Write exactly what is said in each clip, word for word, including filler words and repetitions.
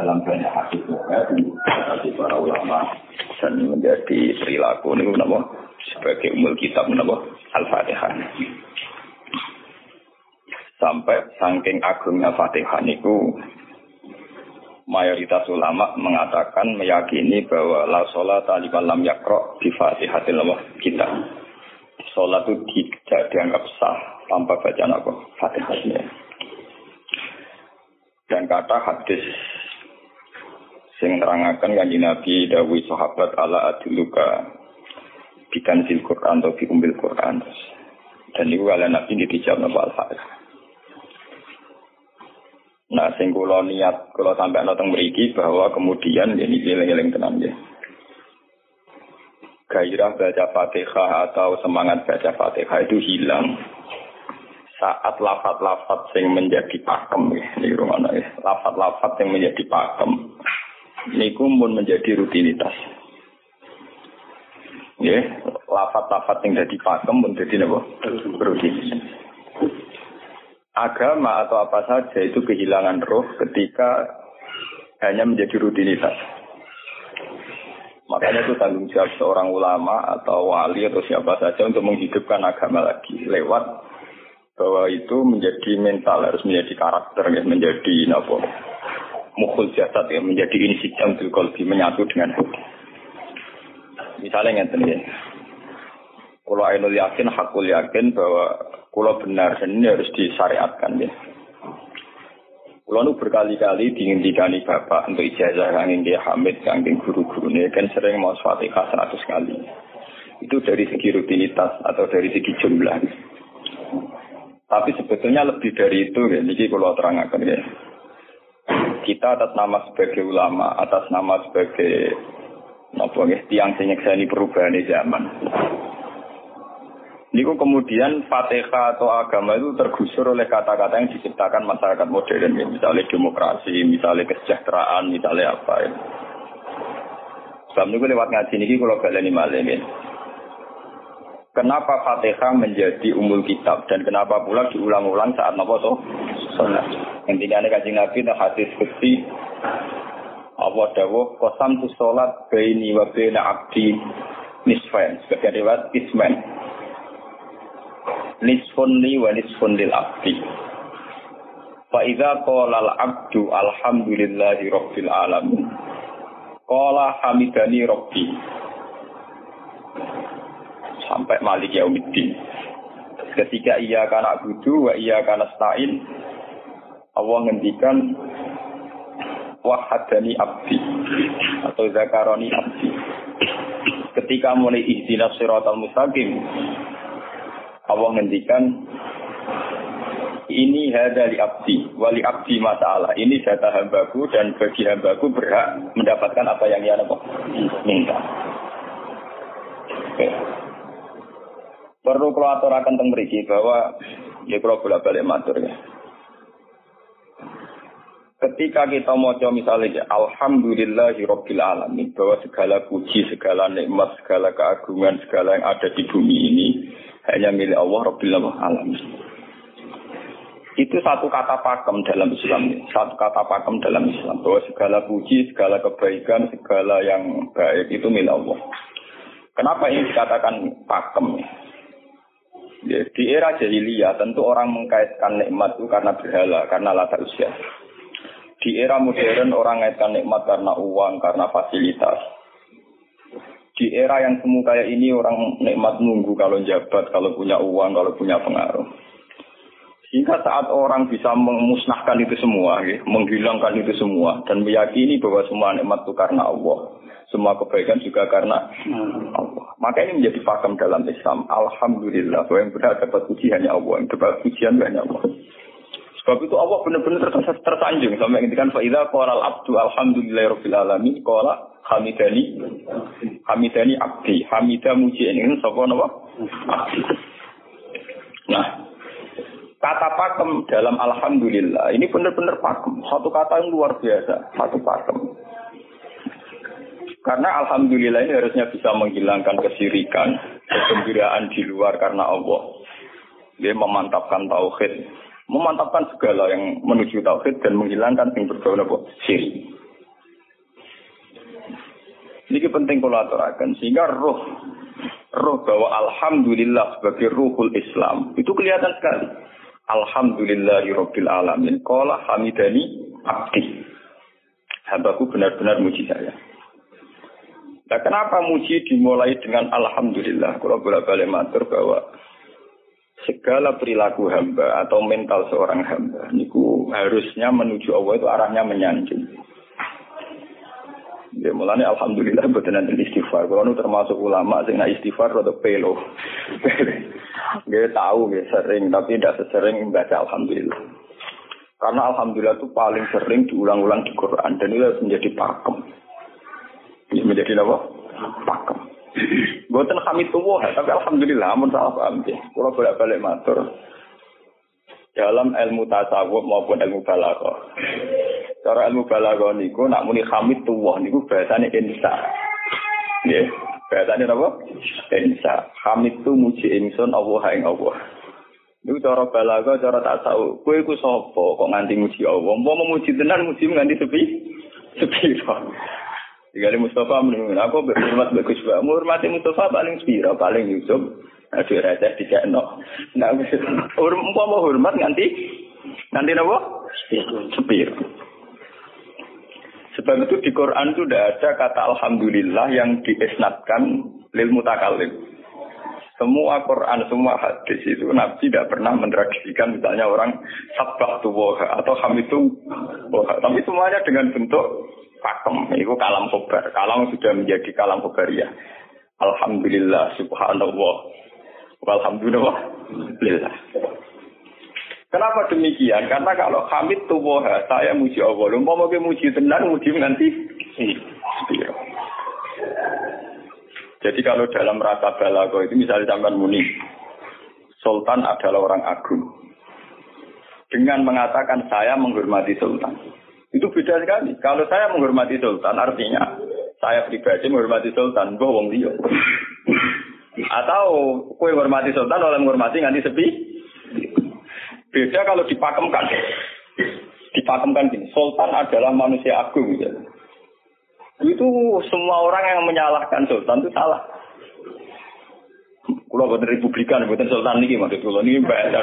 dalam banyak hadis dari para ulama dan menjadi perilaku ini menapa sebagai umul kitab menapa Al-Fatihah. Sampai saking agungnya Fatihah niku mayoritas ulama mengatakan meyakini bahwa la sholata liman lam yaqra bi Fatihatil kitab. Salat itu tidak dianggap sah tanpa bacaan apa Fatihahnya. Dan kata hadis sing nerangaken kanjeng Nabi dawuh sahabat ala adluka bikan fil Quran atau fi umbil Quran. Dan niku ala Nabi dijawab napa Al-Fatihah. Nah, sing kula niat kula sampai nonton mriki bahwa kemudian ini eling-eling tenan nggih. Gairah baca Fatihah atau semangat baca Fatihah itu hilang saat lafaz-lafaz yang menjadi pakem nggih. Niku ngono ya. Lafaz-lafaz yang menjadi pakem niku pun menjadi rutinitas. Nggih, lafaz-lafaz yang jadi pakem pun jadi napa? Rutinitas. Agama atau apa saja itu kehilangan roh ketika hanya menjadi rutinitas. Makanya itu tanggung jawab seorang ulama atau wali atau siapa saja untuk menghidupkan agama lagi lewat bahwa itu menjadi mental, harus menjadi karakter, ya, menjadi apa? Mukhul jasad, ya, menjadi insijam bil qalbi, menyatu dengan hati. Misalnya ngeten ya. Kalau ainul yakin, hakul yakin bahwa kalau benar dan ini harus disyariatkan ya. Kalau nu berkali-kali dihentikan bapak untuk ijazah kanging dia Hamid, kanging guru-guru ini kan sering mau Fatihah seratus kali. Itu dari segi rutinitas atau dari segi jumlah. Tapi sebetulnya lebih dari itu ya. Jadi kalau terangkan ya. Kita atas nama sebagai ulama, atas nama sebagai apa ya, tiang sing nyekseni perubahan zaman. Niku kemudian Fatihah atau agama itu tergusur oleh kata-kata yang diciptakan masyarakat modern, ya. Misalnya demokrasi, misalnya kesejahteraan, misalnya apa ya. Sebab niku lewat ngaji niki kula baleni malih ya. Kenapa Fatihah menjadi umul kitab dan kenapa pula diulang-ulang saat napa to? Salat. Intinya kanjeng Nabi ta hadis qudsi Allah dawuh qasam tu salat baini wa baina abdi nisfain, sebagai riwayat isman. Nisfun li wa nisfun lil abdi. Fa idza qala al abdu alhamdulillahi rabbil alamin. Qala hamidani rabbi. Sampai malik yaumiddin. Ketika ia kana abudu wa ia kana stain, Allah ngendikan wahadani abdi atau zakaroni abdi. Ketika mulai ihdinas siratal mustaqim, Allah ngendikan ini hada li abdi wali abdi masalah, ini data hambaku dan bagi hambaku berhak mendapatkan apa yang dia minta. Oke. Perlu kalau aturakan tentang mriki bahwa ya kalau bolak-balik matur ya. Ketika kita maca misalnya alhamdulillahirabbil alamin, bahwa segala puji, segala nikmat, segala keagungan, segala yang ada di bumi ini hanya milik Allah Rabbil Alamin. Itu satu kata pakem dalam Islam, satu kata pakem dalam Islam, bahwa segala puji, segala kebaikan, segala yang baik itu milik Allah. Kenapa ini dikatakan pakem? Ya, di era jahiliyah tentu orang mengkaitkan nikmat itu karena berhala, karena lata usia. Di era modern orang mengaitkan nikmat karena uang, karena fasilitas. Di era yang semu kayak ini orang nikmat nunggu kalau jabat, kalau punya uang, kalau punya pengaruh. Sehingga saat orang bisa memusnahkan itu semua, ya, menghilangkan itu semua, dan meyakini bahwa semua nikmat itu karena Allah, semua kebaikan juga karena Allah. Maka ini menjadi pakem dalam Islam. Alhamdulillah, bahwa yang benar dapat puji hanya Allah, yang dapat pujian hanya Allah. Sebab itu Allah benar-benar tersanjung sampai ngendikan fa idza qala al-abdu alhamdulillahirabbil alamin qala hamidani hamidani abdi hamida muji ini sapa napa abdi. Nah, kata pakem dalam alhamdulillah ini benar-benar pakem, satu kata yang luar biasa, satu pakem. Karena alhamdulillah ini harusnya bisa menghilangkan kesyirikan, kegembiraan di luar karena Allah. Dia memantapkan tauhid, memantapkan segala yang menuju tauhid dan menghilangkan yang berbau apa? Syirik. penting kalau aturakan sehingga roh roh bahwa alhamdulillah sebagai ruhul Islam itu kelihatan sekali. Alhamdulillahirabbil alamin. Qala hamidani abdi. Hambaku benar-benar muji saya. Nah, kenapa muji dimulai dengan alhamdulillah? Kalau bolak-balik matur bahwa segala perilaku hamba atau mental seorang hamba niku harusnya menuju Allah itu arahnya menyanjung. Ya mulane alhamdulillah mboten nanti istighfar. Kalau nu termasuk ulama sing nak istighfar rada pelo. Nggih tahu nggih sering tapi tidak sesering membaca alhamdulillah. Karena alhamdulillah itu paling sering diulang-ulang di Quran dan itu menjadi pakem. Ini menjadi apa? Pakem. Mboten hamidullah tapi alhamdulillah amun salah paham nggih. Kula bolak-balik matur. Dalam ilmu tasawuf maupun ilmu balaghah. Cara ilmu balaghah niku nak muni hamidullah niku bahasane insa. Nggih, bahasane apa? Insa. Hamid tu muji ingsun Allah ing Allah. Niku cara balaghah, cara tasawuf. Kowe iku sapa kok nganti muji Allah? Umpama muji tenan muji nganti sepi? Sepi to. Digale Mustafa muni aku berhormat bagus wae. Hormati Mustafa paling sepira, paling Yusuf. Aduh raja dikekno. Nah, umpama hormat nganti nganti napa? Sepir. Sebab itu di Quran itu tidak ada kata alhamdulillah yang diisnadkan lil mutakallim. Semua Quran, semua hadis itu Nabi tidak pernah mentradisikan misalnya orang sabbahtu wa atau hamidu wa. Tapi semuanya dengan bentuk pakem. Itu kalam khobar. Kalam sudah menjadi kalam khobariyah. Alhamdulillah subhanallah. Alhamdulillah. Kenapa demikian? Karena kalau hamid tuwah, saya muji Allah. Umpama ke muji tenan, muji nanti. Jadi kalau dalam rasa balaghah itu misalnya sampean muni, Sultan adalah orang agung. Dengan mengatakan saya menghormati Sultan. Itu beda sekali. Kalau saya menghormati Sultan artinya saya pribadi menghormati Sultan, mbah wong liya. Atau kue menghormati Sultan oleh menghormati nganti sepi. Beda kalau dipakemkan. Dipakemkan gini, Sultan adalah manusia agung. Gitu. Itu semua orang yang menyalahkan Sultan itu salah. Kalau buatan Republikan, buatan Sultan ini maksud kalau ini bahasa.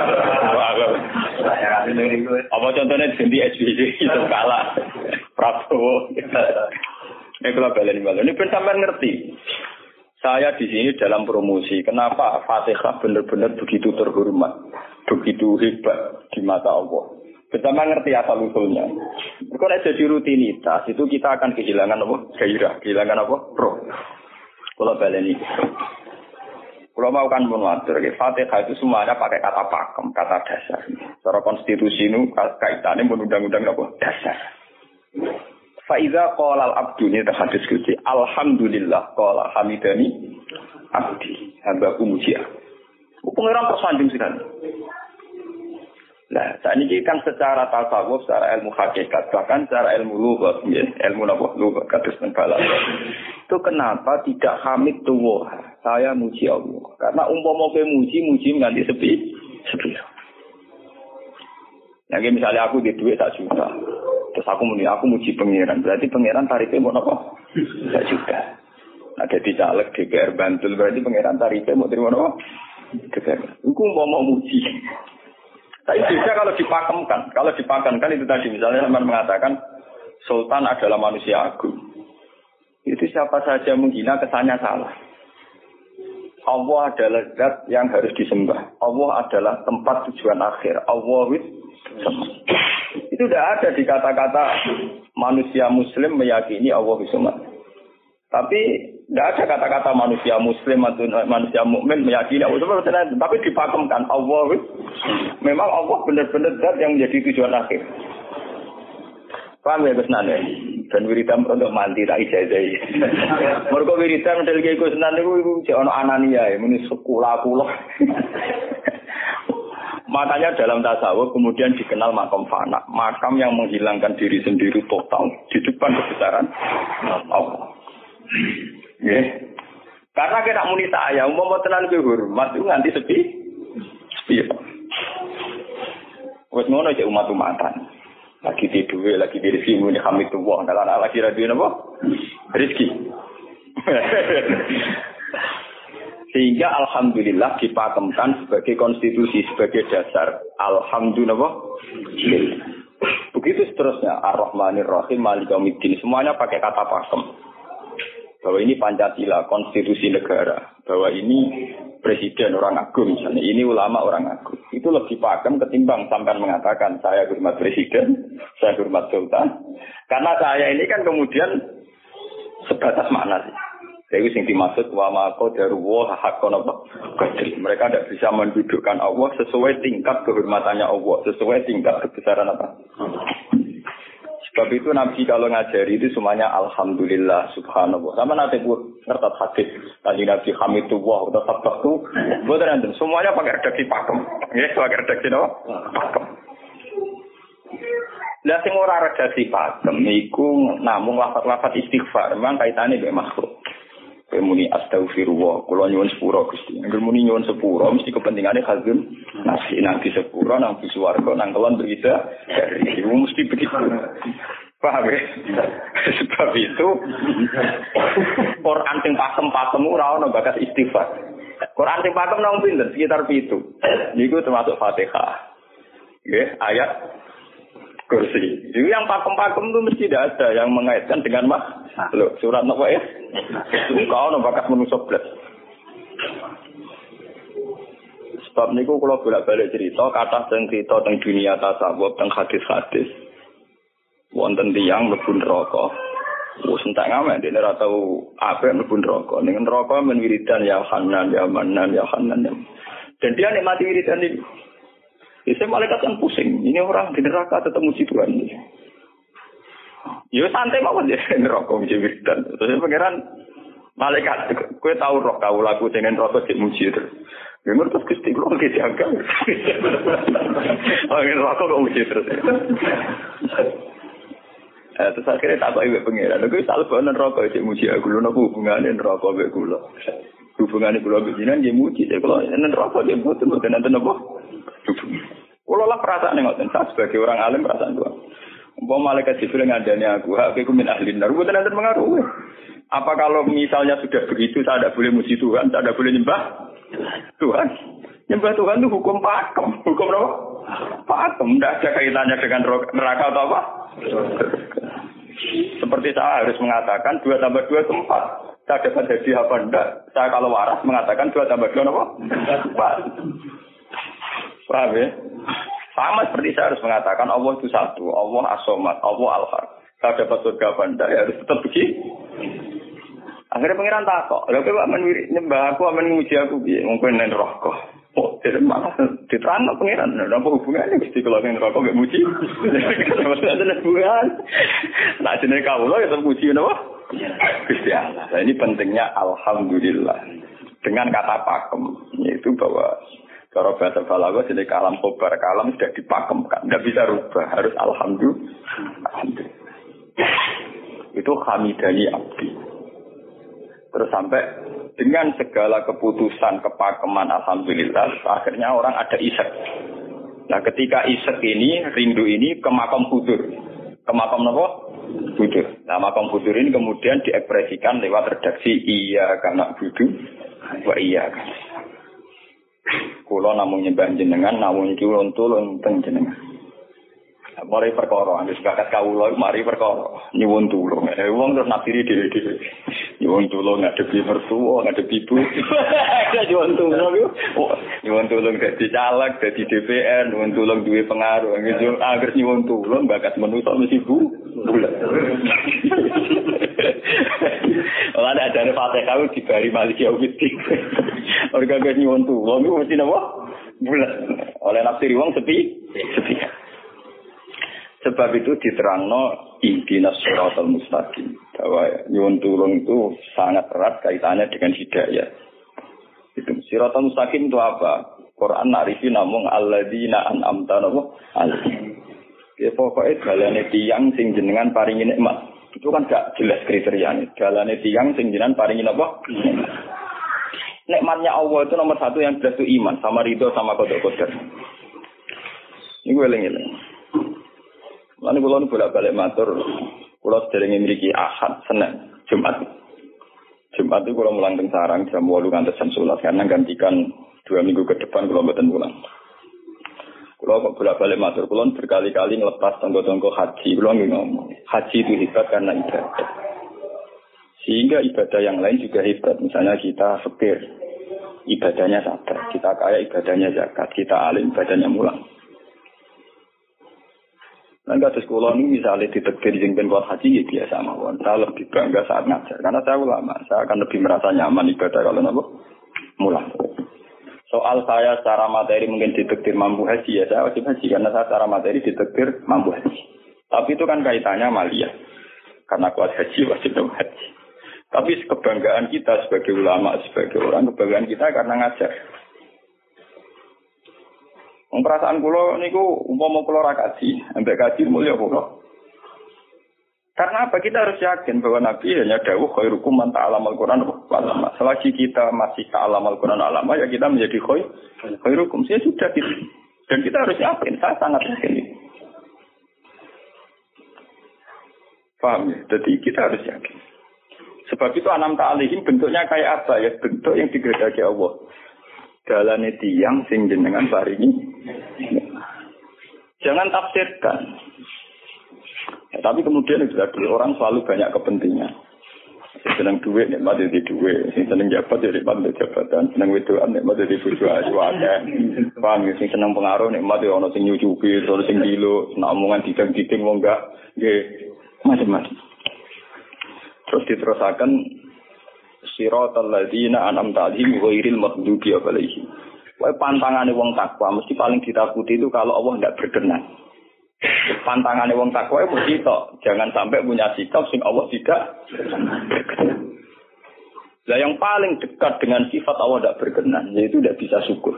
Apa contohnya ganti S B Y itu kalah. Prabowo. Ini kalau balen-balen. Ini pun sampai ngerti. Saya di sini dalam promosi. Kenapa Fatihah benar-benar begitu terhormat, begitu hebat di mata Allah. Pertama ngerti asal usulnya. Kalau jadi rutinitas itu kita akan kehilangan apa? Gairah, kehilangan apa? Roh. Kalau balen ini. Kalau mau kan mengatur, Fatihah itu semuanya pakai kata pakem, kata dasar. Secara konstitusi itu kaitannya menundang-undang apa? Dasar. Faiza qala al-abdu ni hadis kunci. Alhamdulillah qala hamidani abdi. Hambaku muji aku. Pengiran tersanjung sekali. Nah, saat ini kan secara tasawuf, secara ilmu hakikat, bahkan secara ilmu lughat, ya, ilmu apa? Lughat kados teng balaghah. Itu kenapa tidak hamid tuwah? Saya muji Allah. Karena umpama kowe muji, muji nganti sepi, sepi. Yang misalnya aku di duit tak juta. Terus aku muni, aku muji pangeran. Berarti pangeran tarifnya mau apa? Tak juta. Nah, jadi caleg D P R Bantul berarti pangeran tarifnya mau terima apa? D P R. Aku mau mau muji. Tapi bisa kalau dipakemkan. Kalau dipakemkan itu tadi misalnya teman mengatakan Sultan adalah manusia agung. Itu siapa saja menghina kesannya salah. Allah adalah zat yang harus disembah. Allah adalah tempat tujuan akhir. Allah wis itu tidak ada di kata-kata manusia muslim meyakini Allah Bismillah. Tapi tidak ada kata-kata manusia muslim atau manusia mukmin meyakini Allah Bismillah. Tapi dipakemkan Allah memang Allah benar-benar zat yang menjadi tujuan akhir. Paham ya Gus Nane? Dan wiridan untuk mandi tak ijazah. Mergo wiridan model kayak Gus Nane itu jek ono anania ya, muni sekolah kula. Makanya dalam tasawuf kemudian dikenal makam fana, makam yang menghilangkan diri sendiri total di depan kebesaran Allah. Yeah. Karena kita muni saya, umpama tenan ke hormat itu nganti sepi, sepi. Wes ngono cek umat-umatan. Lagi di duwe, lagi di rezeki muni hamidullah, dalan lagi radio napa? Rezeki. Sehingga alhamdulillah dipakemkan sebagai konstitusi, sebagai dasar. Alhamdulillah. Begitu seterusnya. Ar-Rahmanir Rahim, Maliki Yaumiddin. Semuanya pakai kata pakem. Bahwa ini Pancasila, konstitusi negara. Bahwa ini presiden orang agung misalnya. Ini ulama orang agung. Itu lebih pakem ketimbang sampai mengatakan saya hormat presiden, saya hormat sultan. Karena saya ini kan kemudian sebatas makna sih. Jadi yang dimaksud wa maqo daruwa hakon apa? Mereka tidak bisa mendudukkan Allah sesuai tingkat kehormatannya Allah, sesuai tingkat kebesaran apa? Sebab itu Nabi kalau ngajari itu semuanya alhamdulillah subhanallah. Sama nanti pun ngerti hadis tadi Nabi hamidullah atau sabtu, bukan nanti semuanya pakai redaksi pakem, ya pakai redaksi apa? Pakem. Lah sing ora redaksi pakem niku namung lafaz-lafaz istighfar, memang kaitannya dengan makhluk. Muni astaghfirullah, kula nyuwun sepura Gusti. Angger muni nyuwun sepura mesti kepentingane khazun nasi nang di sepura nang di swarga nang kelon berita dari itu mesti begitu. Paham ya? Sebab itu Quran sing pakem-pakem ora ono bakas istighfar. Quran sing pakem nang pinten sekitar pitu. Niku termasuk Fatihah. Nggih, ayat kursi. Jadi yang pakem-pakem itu mesti tidak ada yang mengaitkan dengan mak. Loh, surat apa ya? Itu kau nak bakat manusia belas. Sebab niku kalau bolak-balik cerita, kata tentang cerita tentang dunia tasawuf, tentang hadis-hadis. Wonten tiyang mlebu neraka. Wes entek ngamen dene ora tau apik mlebu neraka. Ning neraka men wiridan ya Hanan ya Manan ya Hanan. Dan dia nikmati wiridan itu. Bisa malaikat kan pusing. Ini orang di neraka tetap muji Tuhan. Ya santai mawon ya neraka muji wiridan. Terus pangeran malaikat kowe tau roh kau lagu dengan neraka sik muji terus. Ya ngertos Gusti kula iki jaga. Oh neraka kok muji terus. Eh terus akhirnya tak kok iwek pangeran. Kowe selalu bonen neraka sik muji aku lho napa hubungane neraka mek kula. Hubungane kula mek jenengan nggih muji kula neraka nggih mboten mboten enten apa. Kalau lah perasaan yang ngoten, saya sebagai orang alim perasaan Tuhan. Umpama malaikat Jibril ngandani aku, hak aku min ahli nar, bukan ada mengaruh. Apa kalau misalnya sudah begitu, saya tidak boleh muji Tuhan, saya tidak boleh nyembah Tuhan. Nyembah Tuhan itu hukum pakem, hukum apa? Pakem, tidak ada kaitannya dengan neraka atau apa. Seperti saya harus mengatakan dua tambah dua itu empat. Saya dapat hadiah apa enggak? Saya kalau waras mengatakan dua tambah dua apa? Empat. Paham ya? Sama seperti saya harus mengatakan Allah itu satu, Allah as-somad, Allah al-haq. Saya dapat surga apa enggak, ya harus tetap begitu. Akhirnya pengiran takok, lha kowe men nyembah aku, men muji aku piye? Mungkin nen rokok. Oh, jadi malah diterangno pengiran, lha apa hubungannya Gusti kalau nen rokok mek muji? Ada hubungan. Nah, jenenge kawula ya tetep muji napa? Gusti Allah. Nah, ini pentingnya alhamdulillah. Dengan kata pakem, yaitu bahwa kalau bahasa balaghah jadi kalam khobar, kalam sudah dipakemkan, tidak bisa rubah, harus alhamdulillah. Alhamdulillah. Itu hamidani abdi. Terus sampai dengan segala keputusan kepakeman alhamdulillah, akhirnya orang ada isek. Nah ketika isek ini, rindu ini ke makam hudur. Ke makam apa? Hudur. Nah makam hudur ini kemudian diekspresikan lewat redaksi iya karena hudur, wa iya kan. Kula namung nyembah jenengan, namung iki ulun tulung teng jenengan. Mari perkara, wis bakat kawula mari perkara nyuwun tulung. Eh wong terus nafiri dhewe-dhewe. Nyuwun tulung ngadepi mertua, ngadepi ibu. Nyuwun tulung yo. Nyuwun tulung dadi caleg, dadi D P R, nyuwun tulung duwe pengaruh. Angger nyuwun tulung bakat manusa mesti bu. Bulat. Ora ada ajane Fatihah dibari Maliki Yaumiddin. Orga gak nyuwun tulung iku mesti napa? Bulat. Oleh nafsiri wong sepi, sepi. Sebab itu diterangno ihdinas siratal mustaqim. Bahwa nyuwun tulung itu sangat erat kaitannya dengan hidayah. Itu siratal mustaqim itu apa? Quran narifi namung alladzina an'amta alaihim. Ya pokoknya dalane tiyang sing jenengan paringi nikmat. Itu kan gak jelas kriterianya. Dalane tiyang sing jenengan paringi apa? Nikmatnya Allah itu nomor satu yang jelas itu iman sama ridho sama qada-qadar. Ini gue eling-eling. Lalu kalau bolak balik matur, kalau sering memiliki Ahad, Senin, Jumat, Jumat itu kalau mulang teng sarang jam delapan ngantos jam sebelas karena gantikan dua minggu ke depan kalau mboten mulang. Kalau kok bolak-balik matur kulon berkali-kali ngelepas tonggo-tonggo haji, kulon ngomong haji itu hebat karena ibadah. Sehingga ibadah yang lain juga hebat. Misalnya kita fakir, ibadahnya sabar. Kita kaya, ibadahnya zakat. Kita alim, ibadahnya mulang. Dan kasus kulon ini misalnya ditekdir jengben buat haji, ya biasa mawon. Saya lebih bangga saat ngajar. Karena saya ulama, saya akan lebih merasa nyaman ibadah kalau apa? Mulang. Soal saya secara materi mungkin ditekdir mampu haji, ya saya wajib haji. Karena saya secara materi ditekdir mampu haji. Tapi itu kan kaitannya maliyah. Karena kuat haji, wajib haji. Tapi kebanggaan kita sebagai ulama, sebagai orang, kebanggaan kita karena ngajar. Perasaan kula niku umpama kula ra kaji, ambek kaji mulya kula. Karena apa? Kita harus yakin bahwa Nabi hanya dawuh khairukum man ta'allama al-Qur'an wa 'allama. Selagi kita masih ta'allama al-Qur'an wa 'allama, ya kita menjadi khair khairukum. Saya sudah gitu. Dan kita harus yakin, saya sangat yakin ini. Paham ya? Jadi kita harus yakin. Sebab itu anam ta'alihim bentuknya kayak apa ya? Bentuk yang digedaki Allah. Dalane tiyang sing jenengan paringi. Jangan tafsirkan. Ya, tapi kemudian itu tadi orang selalu banyak kepentingan. Sing seneng duit nikmat di duit, sing seneng jabat ya nikmat di jabatan, seneng wedoan nikmat di bojo ayu akeh. Paham ya, sing seneng pengaruh nikmat ya ana sing nyucupi, ana sing dilo, nek omongan didang-diding wong enggak nggih macam-macam. Terus diterusakan siratal ladzina an'amta 'alaihim ghairil maghdubi 'alaihim. Wae pantangane wong takwa mesti paling ditakuti itu kalau Allah tidak berkenan. Pantangane wong takwa itu mesti tok, jangan sampai punya sikap sing Allah tidak berkenan. Lah yang paling dekat dengan sifat Allah tidak berkenan yaitu tidak bisa syukur.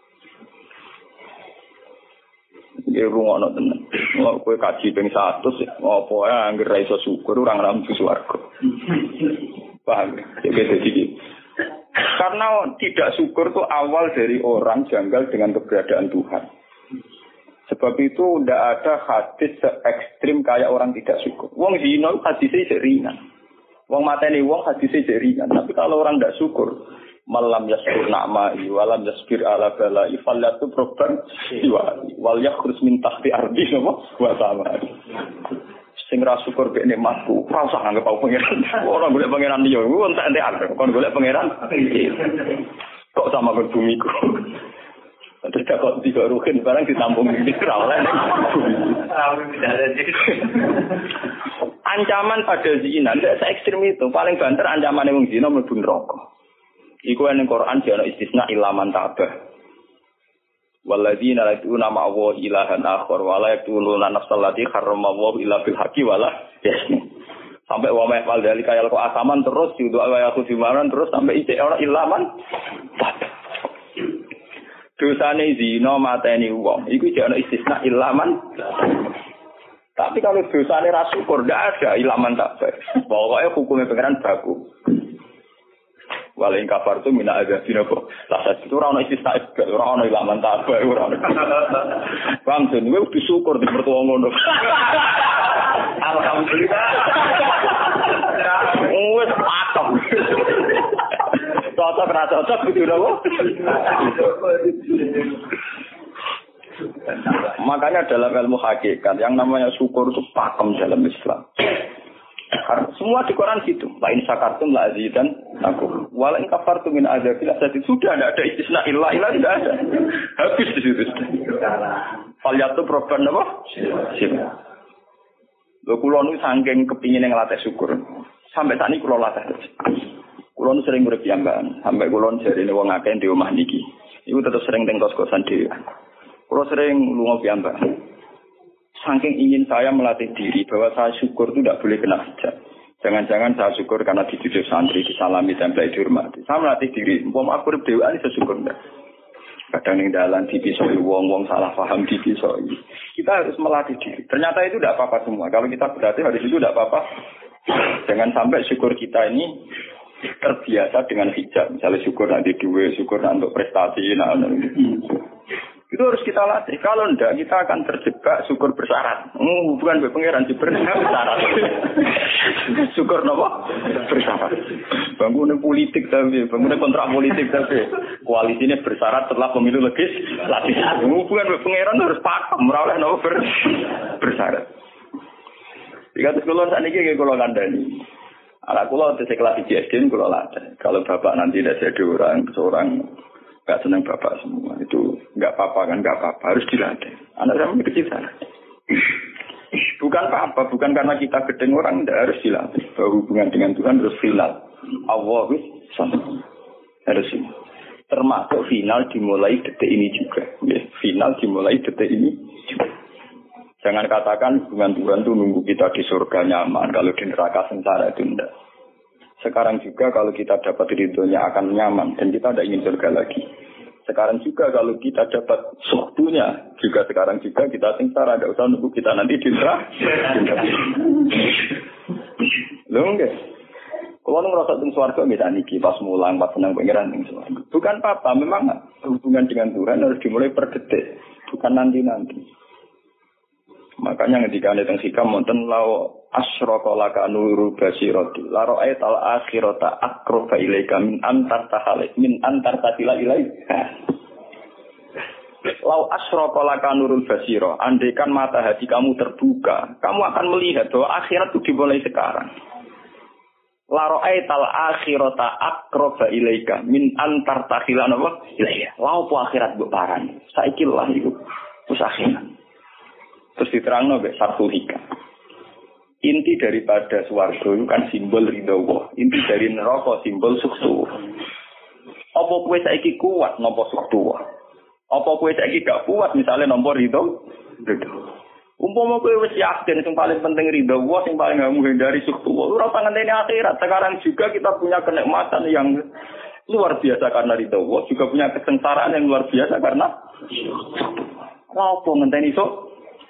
Ya rungono tenan. Mau kowe kaji ping seratus apa ae anggere ra iso syukur ora nang swarga. Paham ya? Jadi karena tidak syukur itu awal dari orang janggal dengan keberadaan Tuhan. Sebab itu tidak ada hadis se-ekstrim kayak orang tidak syukur. Wong zina hadisnya ringan. Wong mateni wong hadisnya ringan. Tapi kalau orang tidak syukur, malam yaskur na'ma'i walam yasbir ala bala'i fallatu proban siwa'i wal yakhrus min tahti ardi wa samari. Sing ra syukur mek nikmatku, ora usah anggap aku pangeran. Ora golek pangeran liya, ku entek-entek kon golek pangeran. Kok sama karo bumiku. Terus kok tiga ruhin barang ditampung di ora oleh. Ancaman pada zina ndak se ekstrem itu, paling banter ancamane wong zina mlebu neraka. Iku ning Quran ana istisna ilaman tabah. Walladzina la yu'minu ma wa ilahan akhar wa la yaquluna nafsal lati harrama wa illa bil haqqi wala yasmi. Sampai wa ma fal dalika yalqa asaman terus yudu wa yakhudhu maran terus sampai ite ora ilaman. Dosane zina mateni wong iku jek ana istisna ilaman. Tapi kalau dosane ra syukur ndak ada ilaman tak. Pokoke hukume pengeran baku. Walain kafar tu mina ada sinopo. Lah itu ora ono istisna, ora ono ilaman tabah ora ono. Bang sen kowe disyukur di mertua ngono. Alhamdulillah. Wes patok. Cocok ra cocok kudu nopo? Makanya dalam ilmu hakikat yang namanya syukur itu pakem dalam Islam. Karena semua di Quran gitu. La in syakartum la azidan aku. Wala in kafartum min azabil azab. Sudah tidak ada istisna illa illa tidak ada. Habis di situ. Fal yatu proban apa? Sila. Lho kula nu saking kepingin ngelatih syukur. Sampai saat ini kula latih terus. Kula nu sering urip piyambakan. Sampai kula jarine wong akeh di omah niki. Iku tetep sering teng kos-kosan dhewe. Kula sering lunga piyambakan. Saking ingin saya melatih diri bahwa saya syukur itu tidak boleh kena hujat. Jangan-jangan saya syukur karena dididik santri, disalami, tempel, dihormati. Saya melatih diri. Umpam aku urip dhewe iki syukur ndak. Kadang ning dalan dipisoi wong-wong salah paham dipisoi. Kita harus melatih diri. Ternyata itu tidak apa-apa semua. Kalau kita berlatih hari itu tidak apa-apa. Jangan sampai syukur kita ini terbiasa dengan hijab. Misalnya syukur nanti duwe, syukur untuk prestasi, nah, nah, itu Itu harus kita latih. Kalau enggak, kita akan terjebak syukur bersyarat. Hmm, hubungan dengan pangeran syukur bersyarat. Syukur apa? Bersyarat. Bangunan politik tapi, bangunan kontrak politik tapi, koalisinya bersyarat setelah pemilu legislatif. Hubungan dengan pangeran harus pakem, oleh apa ber, bersyarat. Jika sekolah saat ini kalau kandani, anak kulo di kelas I S D kulo latih. Kalau bapak nanti tidak jadi orang, seorang nggak senang bapak semua itu nggak apa-apa kan nggak apa-apa harus dilatih. Anak saya masih kecil sana. Bukan apa-apa, bukan karena kita gedeng orang tidak harus dilatih. Bahwa hubungan dengan Tuhan harus final. Allah sama harus ini. Termasuk final dimulai detik ini juga. Ya, final dimulai detik ini juga. Jangan katakan hubungan Tuhan itu nunggu kita di surga nyaman. Kalau di neraka sengsara itu tidak. Sekarang juga kalau kita dapat ridhonya akan nyaman dan kita tidak ingin surga lagi. Sekarang juga kalau kita dapat suhtunya juga sekarang juga kita sengsara. Tidak usah nunggu kita nanti di neraka. Loh enggak. Kalau ngerasa di surga misalnya niki pas mulang pas senang pengiran di surga. Bukan apa-apa, memang hubungan dengan Tuhan harus dimulai per detik, bukan nanti-nanti. Makanya ketika ada yang hikam wonten lau asyraka laka nuru basirati la ra'aital akhirata aqraba ilaika min antar tahalik min antar tasila ilaika. Lau asyraka laka nurul basira, andaikan mata hati kamu terbuka, kamu akan melihat bahwa akhirat itu dimulai sekarang. La ra'aital akhirata aqraba ilaika min antar tahila napa ilaika. Lau po akhirat mbok parani. Saiki lah iku wis akhirat. Terus diterangno mek Sarhul Hikam. Inti daripada swarga itu kan simbol ridho Allah. Inti dari neraka simbol sukses. Apa kowe saiki kuat nampa sukses? Apa kowe saiki gak kuat misalnya nampa ridho? Ridho. Umpama kowe wis yakin sing paling penting ridho Allah, sing paling gak menghindari sukses. Ora usah ngenteni akhirat. Sekarang juga kita punya kenikmatan yang luar biasa karena ridho Allah, juga punya kesengsaraan yang luar biasa karena apa ngenteni sok?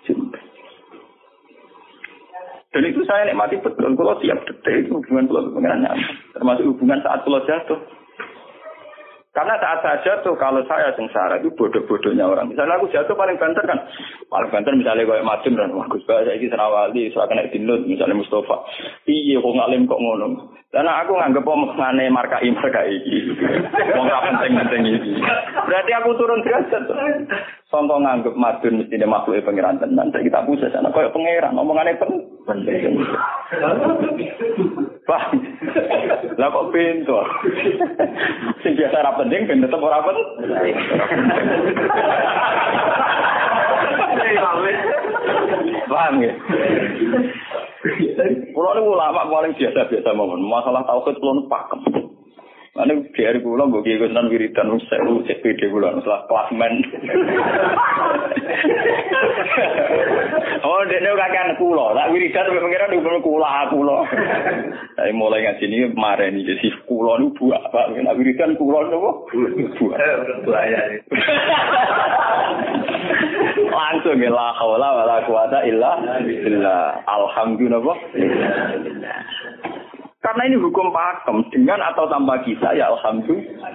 Dan itu saya nikmati betul. Kalau tiap detik hubungan pulau dengan nyaman, termasuk hubungan saat pulau jatuh. Karena saat saya jatuh, kalau saya sengsara itu bodoh-bodohnya orang. Misalnya aku jatuh paling banter kan, paling banter misalnya kayak Madun dan wah Gus Bah, saya ini Serawali, saya kena dinut, misalnya Mustafa. Iya, kok ngalim kok ngono. Karena aku nganggep omongane markai markai iki. Wong ra penting-penting iki. Berarti aku turun derajat. Songko nganggep Madun mesti makhluk pangeran tenan. Saya kita pusat sana koyo pangeran omongane penting. Wah. Lah kok pintu. Sing biasa ra penting ben tetep ora penting. Paham ya? Kulo niku ulama paling biasa-biasa mawon. Masalah tauhid kulo pakem. Ane biar kulo mbok iki kenan wiridan sewu C P D kulo masalah klasmen. Oh, dene kakean kulo. Tak wiridan sampe pengiran kulo kula kulo. Dari mulai ngaji ini kemarin iki si kulo niku buak, Pak. Nek wiridan kulo niku buak. Buaya. Langsung la haula wala quwata illa billah. Alhamdulillah. Karena ini hukum pakem dengan atau tanpa kisah ya alhamdulillah.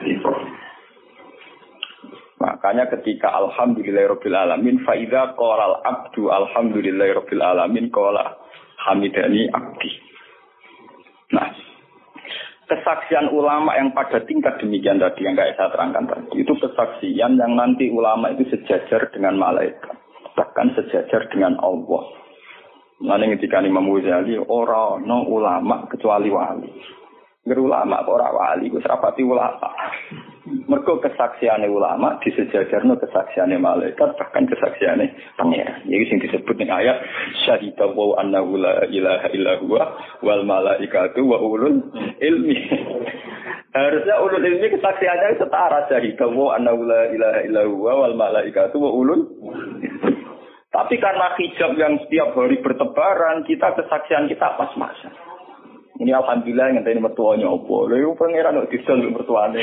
Makanya ketika alhamdulillahirabbil alamin fa idza qala al abdu alhamdulillahirabbil alamin qala hamidani abdi. Nah, kesaksian ulama yang pada tingkat demikian tadi yang kayak saya terangkan tadi itu kesaksian yang nanti ulama itu sejajar dengan malaikat, bahkan sejajar dengan Allah. Mana ketika Imam Ghazali orang no ulama kecuali wali. Ger ulama ora wali, wis rapati ulama. Mergo kesaksiane ulama disejajarno kesaksiane malaikat bahkan kesaksiane pangeran. Iki sing disebut ning ayat syahida wa annahu la ilaha illa huwa wal malaikatu wa ulul ilmi. Harusnya ulul ilmi kesaksiannya setara syahida wa annahu la ilaha illa huwa wal malaikatu wa ulul. Tapi karena hijab yang setiap hari bertebaran, kita kesaksian kita pas-pasan. Ini alhamdulillah yang tadi mertuanya opo. Lalu pangeran kok disel mertuane.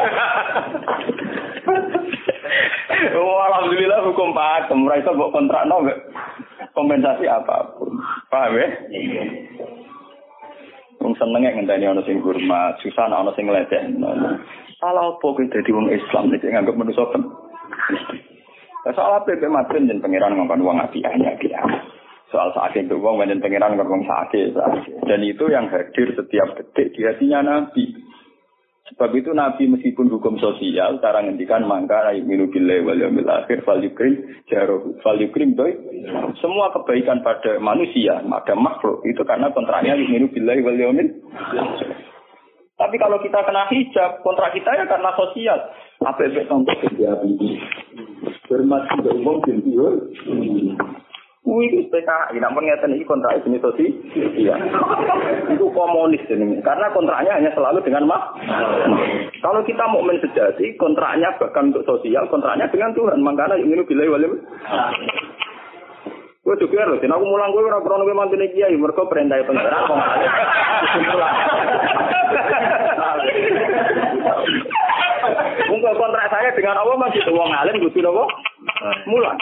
Oh alhamdulillah hukum pakem, ora iso mbok kontrakno kompensasi apapun. Paham ya? Wong senenge ngenteni ana sing hormat, susah ana sing ngledekno. Salah opo kuwi dadi wong Islam nek nganggep manusa pen. Soal apa yang materi dan pangeran ngomong uang apiahnya dia. Soal sakit itu uang dan pangeran ngomong sakit, sakit. Dan itu yang hadir setiap detik di hatinya Nabi. Sebab itu Nabi meskipun hukum sosial, cara ngendikan mangka ayat billahi wal yaumil akhir fal yukrim jarohu fal yukrim doi. Semua kebaikan pada manusia, pada makhluk itu karena kontraknya ayat billahi wal yaumil akhir. Tapi kalau kita kena hijab, kontrak kita ya karena sosial. Apa efek contoh kerja ini? Hormat sudah umum bintiur. Wih, itu P K I, namun ngeten ini kontrak jenis sosial. Iya. Itu komunis ini. Karena kontraknya hanya selalu dengan mak. Kalau kita mukmin sejati, kontraknya bahkan untuk sosial, kontraknya dengan Tuhan. Makanya ini bilai walim. Gue juga harus, aku mulang gue orang orang gue mantunya kiai, mereka perintah pengeran kok. Mungkin kontrak saya dengan Allah masih tuang alim, butuh apa? Mulang.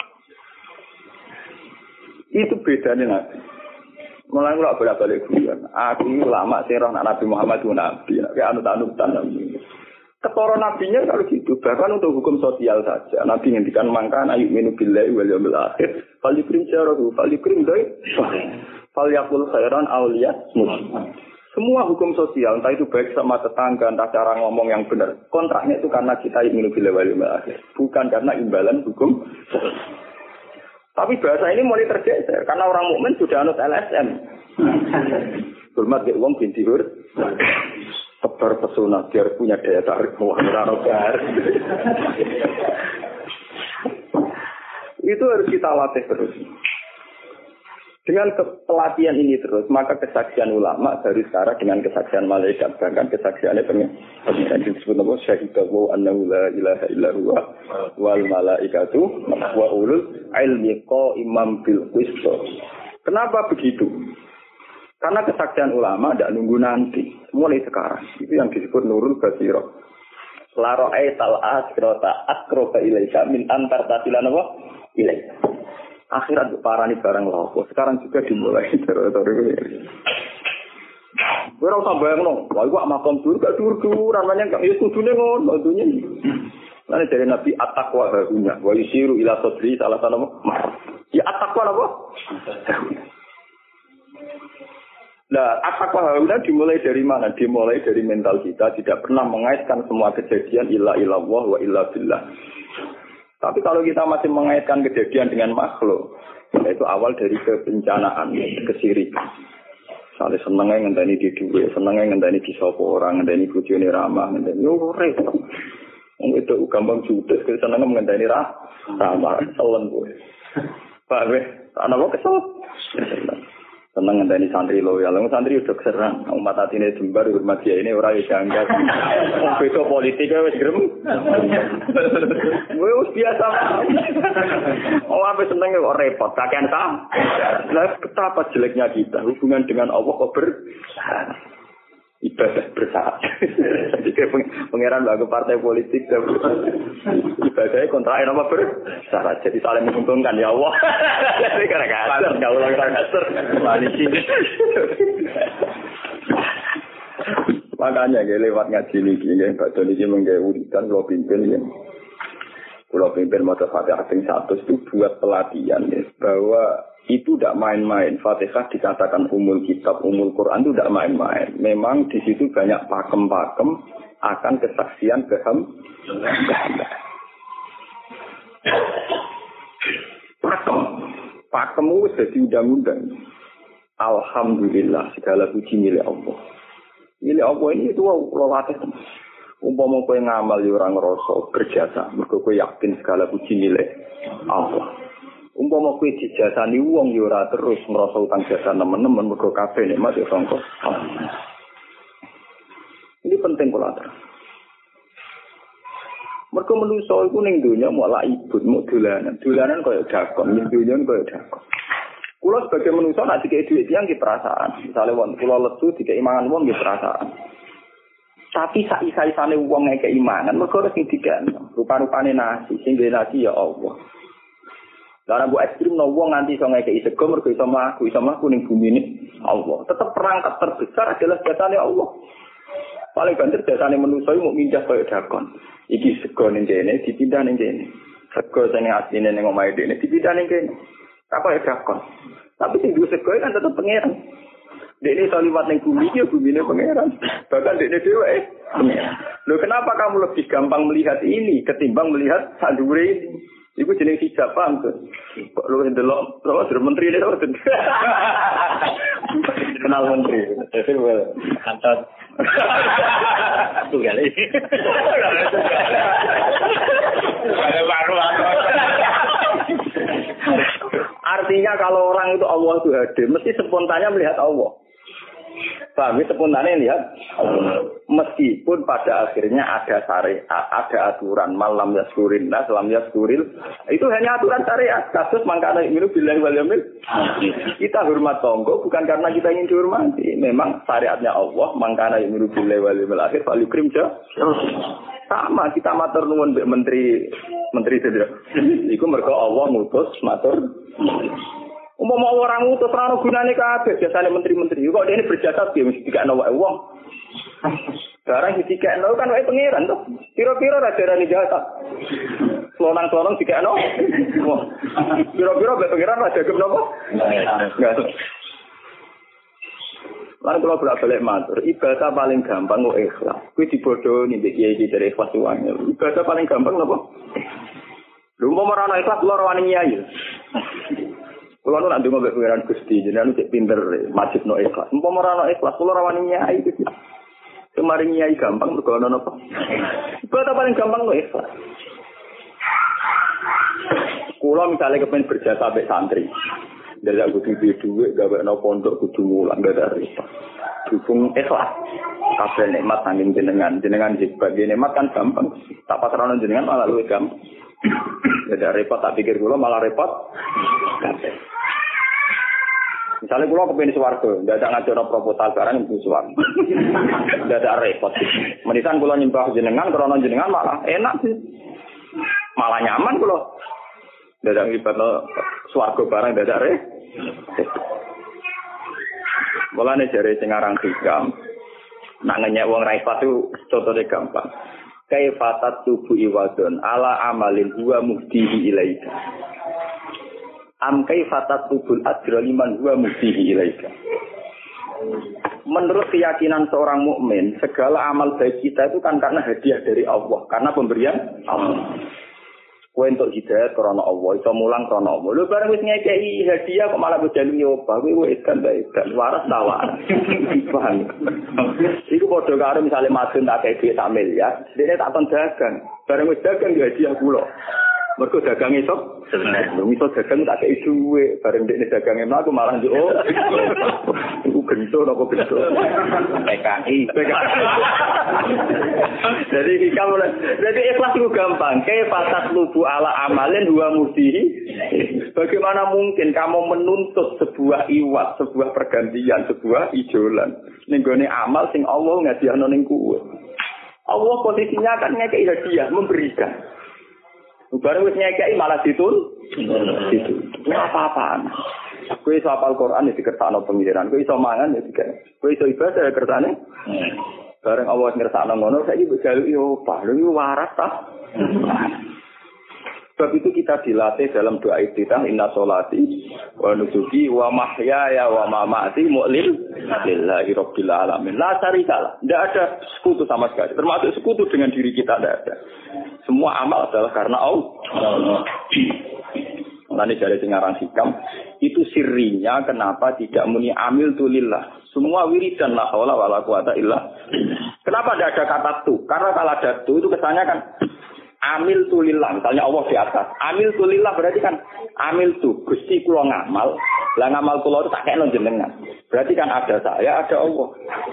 Itu bedanya nanti. Mulang gue bolak balik gue. Aku lama sih roh Nabi Muhammad itu Nabi, kayak anut-anutan Nabi. Ketoro nabinya kalau gitu, bahkan untuk hukum sosial saja. Nabi ngendikan mangkan ayat minu billahi wal yaumil akhir, fal yukrim jarahu, fal yukrim doi, fal yakul khairan awliyat muslim. Semua hukum sosial, entah itu baik sama tetangga, entah cara ngomong yang benar. Kontraknya itu karena kita ayat minu billahi wal yaumil akhir, bukan karena imbalan hukum sosial. Tapi bahasa ini mulai tergeser, karena orang mukmin sudah anut L S M. Hormat ke uang binti hur. Tebar pesona biar punya daya tarik muhammad. Itu harus kita latih terus. Dengan pelatihan ini terus, maka kesaksian ulama dari sekarang dengan kesaksian malaikat, bahkan kesaksiannya pengen disebut nama syahidahu annahu la ilaha illa huwa wal malaikatu wa ulul ilmi qa'imam bil qist. Kenapa begitu? Karena kesaksian ulama tidak nunggu nanti, mulai sekarang. Itu yang disebut nurul basirah. Laro aital asrota akroba ilaika min antar tasilan apa? Ilaika. Akhirat parani barang lopo. Sekarang juga dimulai terus-terus. Gue rasa bayang no, wah gue makom dulu gak dur-dur, namanya gak itu dunia ngono, dunia ini. Nanti dari Nabi at-taqwa harunya, wa yusiru ila sodri salah satu apa? Ya at-taqwa apa? Nah, at-taqwa harunya dimulai dari mana? Dimulai dari mental kita, tidak pernah mengaitkan semua kejadian illa illallah wa illa billah. Tapi kalau kita masih mengaitkan kejadian dengan makhluk, itu awal dari kebencanaan, kesirikan. Misalnya senengnya ngenteni di duwe, senengnya ngenteni di sopo orang, ngenteni bujone ramah, ngenteni yo repot. Wong itu gampang judes, senengnya ngenteni ramah, selen kowe. Pak weh, ana kok kesel. Seneng ngenteni santri loyal, santri udah keserang. Umat atine jembar hormat dia ini ora iso angkat. Beda politik wis grem. Wis biasa. Oh, apa seneng kok repot, kakean ta. Lah betapa jeleknya kita hubungan dengan Allah kok ber ibadah bersahabat. Jadi kayak pangeran bagi partai politik ibadahnya kontra apa bersahabat. Jadi saling menguntungkan ya Allah. Jadi kadang-kadang nggak ulang kasar. Koalisi. Makanya kayak lewat ngaji ini, kayak Pak Doni ini menggawe uritan kalau pimpin ya. Kalau pimpin mata Fatihah yang satu itu buat pelatihan ya, bahwa itu tidak main-main. Fatihah dikatakan umul kitab, umul Quran itu tidak main-main. Memang di situ banyak pakem-pakem akan kesaksian keham. Pakem, pakem itu jadi undang-undang. Alhamdulillah segala puji milik Allah. Milik Allah ini itu latih. Umpama kowe ngamal yo ora ngrasa berjasa, mergo kowe yakin segala puji milik Allah. Umpama kowe dijasani wong yo ora terus ngrasa utang jasa nemen-nemen mergo kabeh nikmat yo sangka Allah. Ini penting kula atur. Mergo manusa iku ning donya mau lak ibut, mau dolanan. Dolanan koyo dakon, ning donya koyo dakon. Kula sebagai manusa nek dikek dhuwit yang ki perasaan. Misale wong kula lesu dikek imangan wong ki perasaan. Tapi saisa-isane wong nek keimanan mergo sing digan rupa-rupane nasi sing dhewe nasi ya Allah. Lah bu ekstrim no wong nganti iso ngekeki sego mergo iso mlaku iso mlaku ning bumi ini Allah. Tetap perangkat terbesar adalah jasane Allah. Paling banter jasane manusa mau mindah koyo dakon. Iki sego ning kene dipindah ning kene. Sego sing asline ning omahe dene dipitane kene. Apa ya dakon. Tapi sing duwe sego kan tetep pangeran. Dekne iso liwat ning bumi iki bumine pangeran. Bahkan dekne dhewe eh pangeran. Lho kenapa kamu lebih gampang melihat ini ketimbang melihat sadure ini? Iku jeneng hijab paham tuh. Kok lu ndelok terus menteri ini tuh. Kenal menteri. Itu kantor. Tunggal ini. Ada baru Artinya kalau orang itu Allah itu hadir, mesti spontannya melihat Allah. Paham ya, spontannya lihat Allah. Meskipun pada akhirnya ada syariat, ada aturan malam yaskurin nas, lam yaskuril. Itu hanya aturan syariat. Kasus mangkana milu billahi wal yaumil. Kita hormat tonggo bukan karena kita ingin dihormati. Memang syariatnya Allah, mangkana milu billahi wal yaumil akhir fal yukrim ja. Sama kita matur nuwun mbek menteri menteri itu. Iku mergo Allah ngutus matur. Umpama orang ngutus ora ono gunane kabeh biasane menteri-menteri. Kok dene berjasa piye mesti dikakno wae wong. Barang dikakno kan wae pangeran to. Kira-kira ra darani jasa. Selonang-selonang dikakno. Kira-kira mbek pangeran ra dagem napa? Enggak. Lan kula bolak-balik matur, ibadah paling gampang kok ikhlas. Kuwi dibodoni mbek kiai iki dari ikhlas wae. Ibadah paling gampang napa? Lha umpama ora ana ikhlas kula rawani nyai. Kula nu nak ndonga mbek pangeran Gusti, jenengan cek pinter majibno ikhlas. Umpama ora ana ikhlas kula rawani nyai iki. Kemarin nyai gampang mergo ana napa? Ibadah paling gampang kok ikhlas. Kula misalnya kepen berjasa mbek santri. Dari aku tujuh duit, gawe no pondok kudu mulang dari dukung ikhlas. Kabeh nikmat saking jenengan, jenengan sebagai nikmat kan gampang. Tak pasrahno jenengan malah luwih gampang. Jadi repot tak pikir kula malah repot. Kabeh. Misalnya kula kepengin swarga, ndak ada ngajono proposal barang mlebu swarga. Ndak ada repot. Menisan kula nyembah jenengan krana jenengan malah enak sih. Malah nyaman kula. Ndak ada ibadah swarga barang ndak ada repot. Mulane jare sing aran hikam. Nak ngenyek wong ra ikhlas itu contone gampang. Kaifatat tubu iwadon ala amalin huwa muhdihi ilaika. Am kaifatat tubul ajra liman huwa muhdihi ilaika. Menurut keyakinan seorang mukmin, segala amal baik kita itu kan karena hadiah dari Allah, karena pemberian Allah. Kowe entuk hidayah karena Allah, iso mulang karena Allah. Lho bareng wis ngekeki hadiah kok malah bojalung nyoba, kowe wis kan bae dan waras tawar. Paham. Iku padha karo misale madun tak kei dhuwit sak miliar, dene tak kon dagang. Bareng wis dagang ya hadiah kula. Mergo dagang iso sebenarnya iso dagang tak kei dhuwit, bareng dene dagange mlaku malah njuk oh. Iku gento apa gento. P K I. Jadi kita mulai, jadi ikhlas itu gampang. Kayak fasad lubu ala amalin dua murdihi. Bagaimana mungkin kamu menuntut sebuah iwat, sebuah pergantian, sebuah ijolan. Nenggone amal sing Allah ngadiahno ning kuwe. Allah posisinya kan ngekei hadiah, memberikan. Bareng wis ngekei malah ditul. Itu. Apa-apaan. Kowe iso hafal Quran ya dikersakno pengiran, kowe iso mangan ya dikene. Kowe iso ibadah ya kersane. Bareng Allah ngersakno ngono saiki mbok jaluki opah, lho iki waras ta. Sebab itu kita dilatih dalam doa iftitah inna sholati wa nusuki wa mahyaya wa mamati mu'lil lillahi rabbil alamin. La syarika. Tidak ada sekutu sama sekali. Termasuk sekutu dengan diri kita tidak ada. Semua amal adalah karena Allah. Nanti dari singarang hikam itu sirinya kenapa tidak muni amil tulillah. Semua wiridan la haula wala quwata illa. Kenapa tidak ada kata tu? Karena kalau ada tu itu kesannya kan amil tulillah. Misalnya Allah di atas. Amil tulillah berarti kan amil tu Gusti kula ngamal. Lah ngamal kula itu tak kena jenengan. Berarti kan ada saya, ada Allah.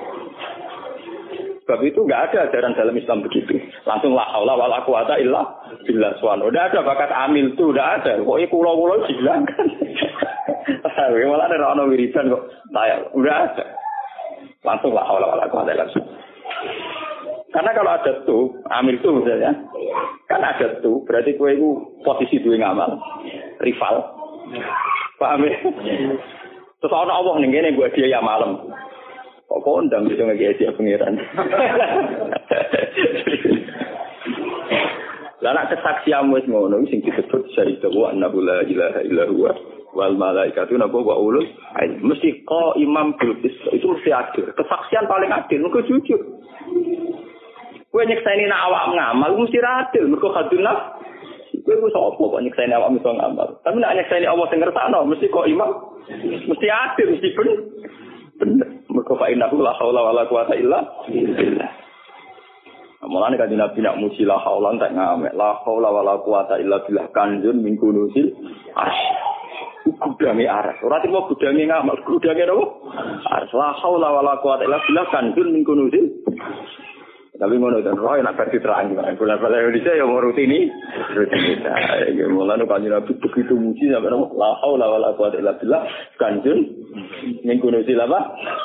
Sebab itu enggak ada ajaran dalam Islam begitu. Langsung la haula wala quwata illa billah subhanahu. Udah ada bakat amil tu, udah ada. Kok iki kula-kula dihilangkan. Malah ada ono wiridan kok. Saya udah ada. Langsung la haula wala quwata illa billah. Karena kalau ada tuh, amil tuh misalnya, kan ada tuh, berarti kowe itu posisi duwe ngamal, rival. Paham ya? Terus ana Allah ning kene gue dia ya malam. Kok kondang bisa ngeki dia pengiran. Lah nek kesaksian wis ngono sing disebut syahida wa annahu la ilaha illa huwa wal malaikatu napa wa ulul ilm. Mesti ko imam bil itu mesti adil. Kesaksian paling adil mergo jujur. Kowe nyekseni nek awak ngamal mesti adil mergo hadunah. Kowe ku sapa kok nyekseni awak iso ngamal. Tapi nek nyekseni Allah sing ngersakno mesti ko imam mesti adil mesti bener. Bener. Mergo fa innahu la haula wala quwata illa billah. Mulane kan Nabi nak muji la haula tak ngamek la haula wala quwata illa billah kanjun min kunusil ash. Gudange aras. Ora timo gudange ngamal, gudange apa? Aras la haula wala quwata illa billah kanjun min kunusil. Tapi ngono ten roe nak versi terang gimana? Bola-bola Indonesia ya mau rutini, rutinitas. Ya mulane kan Nabi begitu muji sampai la haula wala quwata illa billah kanjun min kunusil apa?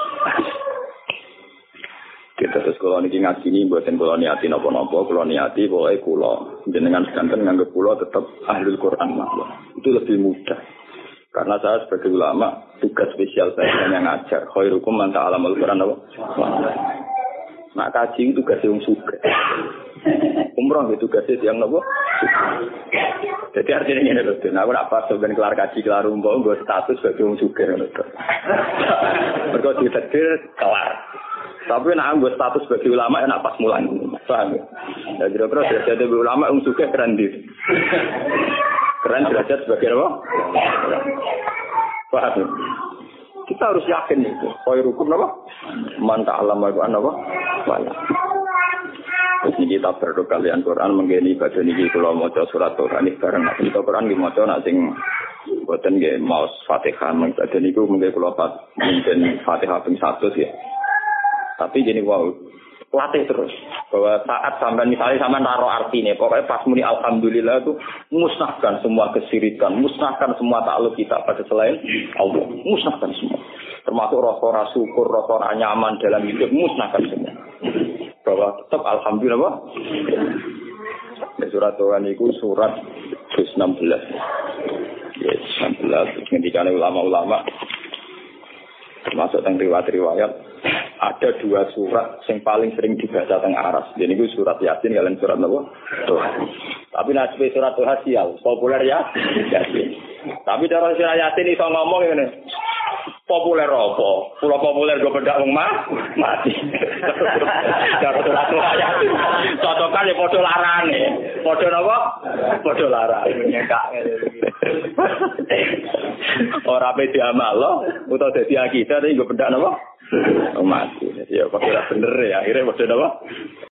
Kita terus kalau niki ngaji ini buatin kalau niati nopo-nopo, kalau niati boleh kulo. Jenengan sekanten nganggep kulo tetap ahlul Quran lah. Itu lebih mudah. Karena saya sebagai ulama tugas spesial saya hanya ngajar. Khairukum man ta'allamal Quran apa? Nak kaji itu tugas yang suka. Umroh itu tugasnya yang nopo. Jadi artinya ini loh. Nah, aku nak pas sebenarnya kelar kaji kelar umroh, gue status sebagai orang suka. Mereka ditetir kelar. Tapi nak anggo status sebagai ulama enak pas mulan. Paham ya? Ya kira-kira derajat sebagai ulama yang suka keren di. Keren derajat sebagai apa? Paham ya? Kita harus yakin itu. Khairukum apa? Man ta'allama al-Qur'an apa? Wala. Terus ini kita berdoa kalian Quran menggeni baca niki kula maca surat Quran iki bareng nek kita Quran nggih maca nek sing boten nggih maos Fatihah mengko niku mengke kula mungkin Fatihah ping satu ya. Tapi gini wow, latih terus bahwa saat sampai misalnya sama naruh artinya, pokoknya pas muni alhamdulillah itu musnahkan semua kesirikan, musnahkan semua takluk kita pada selain Allah, musnahkan semua, termasuk rasa syukur, rasa nyaman dalam hidup, musnahkan semua. Bahwa tetap alhamdulillah. Di surat Tuhan itu surat enam belas, yes, enam belas. Ketika ulama-ulama termasuk tentang riwayat-riwayat. Ada dua surat yang paling sering dibaca teng aras. Jadi itu surat Yasin kalian surat apa? Tuhan. Tapi nasib surat Tuhan sial, populer ya Yasin. Tapi cara surat Yasin iso ngomong ngene. Populer apa? Pulau populer gue bedak wong mah mati. Cara surat Tuhan Yasin. Cocokan ya padha larane. Padha napa? Padha larane nyekak ngene. Ora pe diamal lo, utawa dadi akidah iki gue bedak napa? Oh mati. Ya pakai bener ya. Akhirnya maksud apa?